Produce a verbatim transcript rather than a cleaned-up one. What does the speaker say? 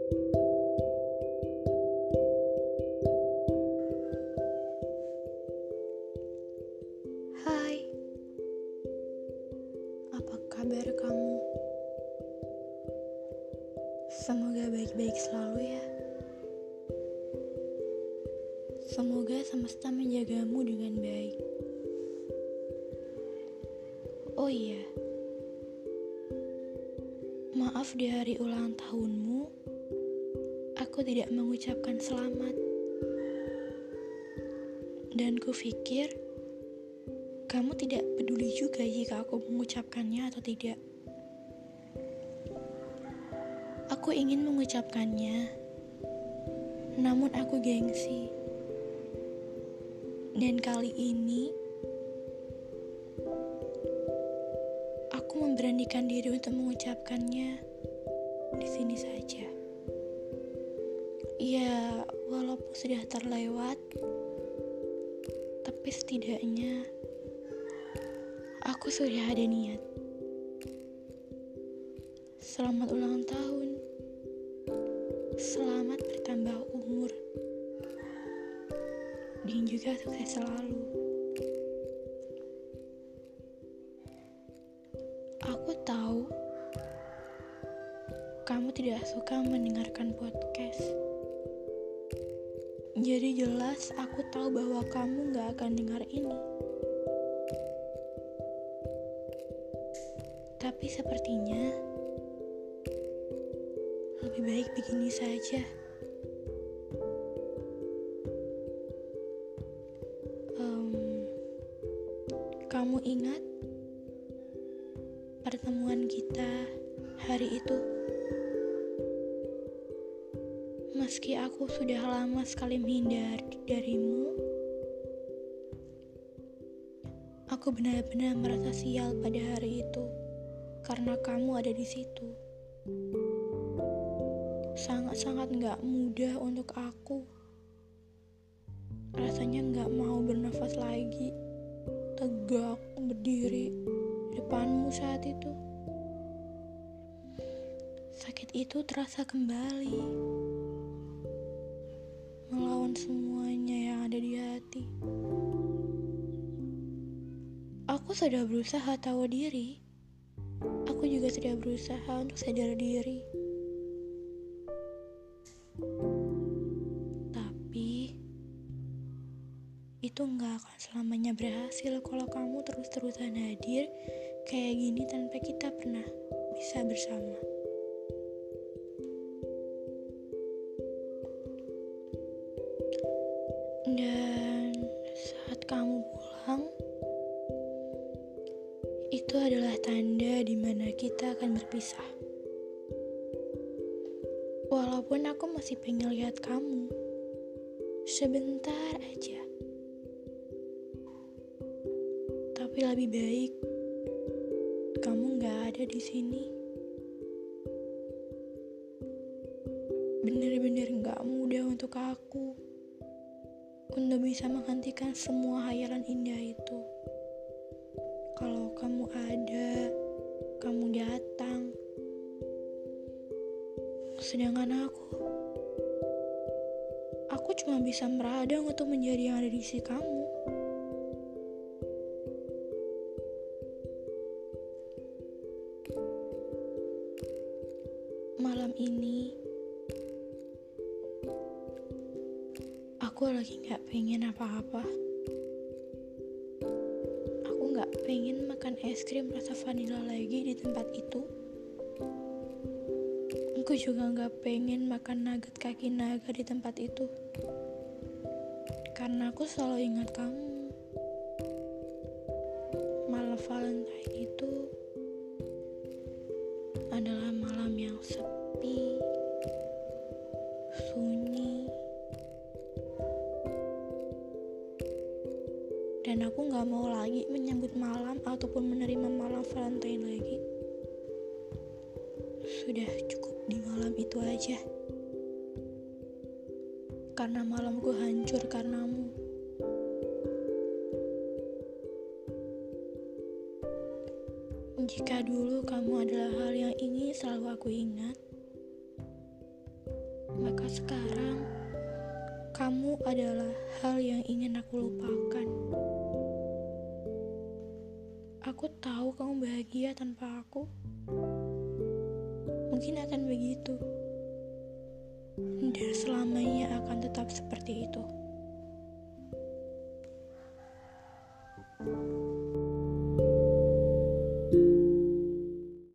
Hai, apa kabar kamu? Semoga baik-baik selalu ya. Semoga semesta menjagamu dengan baik. Oh iya, maaf di hari ulang tahunmu, aku tidak mengucapkan selamat. Dan kupikir, kamu tidak peduli juga jika aku mengucapkannya atau tidak. Aku ingin mengucapkannya, namun aku gengsi. Dan kali ini, aku memberanikan diri untuk mengucapkannya di sini saja. Ya, walaupun sudah terlewat, tapi setidaknya aku sudah ada niat. Selamat ulang tahun. Selamat bertambah umur. Dan juga sukses selalu. Aku tahu kamu tidak suka mendengarkan podcast. Jadi jelas aku tahu bahwa kamu gak akan dengar ini. Tapi sepertinya lebih baik begini saja. Um, kamu ingat pertemuan kita hari itu? Meski aku sudah lama sekali menghindar darimu, aku benar-benar merasa sial pada hari itu karena kamu ada di situ. Sangat-sangat gak mudah untuk aku. Rasanya gak mau bernafas lagi, tegak berdiri di depanmu saat itu. Sakit itu terasa kembali, melawan semuanya yang ada di hati. Aku sudah berusaha tahu diri. Aku juga sudah berusaha untuk sadar diri. Tapi itu gak akan selamanya berhasil kalau kamu terus-terusan hadir kayak gini tanpa kita pernah bisa bersama. Dan saat kamu pulang, itu adalah tanda di mana kita akan berpisah. Walaupun aku masih pengen lihat kamu, sebentar aja. Tapi lebih baik kamu gak ada di sini. Bener-bener gak mudah untuk aku untuk bisa menghentikan semua hayalan indah itu. Kalau kamu ada, kamu datang. Sedangkan aku, aku cuma bisa meradang untuk menjadi yang ada di sisi kamu. Malam ini, aku lagi gak pengen apa-apa. Aku gak pengen makan es krim rasa vanila lagi di tempat itu. Aku juga gak pengen makan nugget kaki naga di tempat itu. Karena aku selalu ingat kamu. Malam Valentine itu adalah malam yang sepi, sunyi, dan aku gak mau lagi menyambut malam ataupun menerima malam Valentine lagi. Sudah cukup di malam itu aja. Karena malamku hancur karenamu. Jika dulu kamu adalah hal yang ingin selalu aku ingat, maka sekarang kamu adalah hal yang ingin aku lupakan. Aku tahu kamu bahagia tanpa aku. Mungkin akan begitu. Dan selamanya akan tetap seperti itu.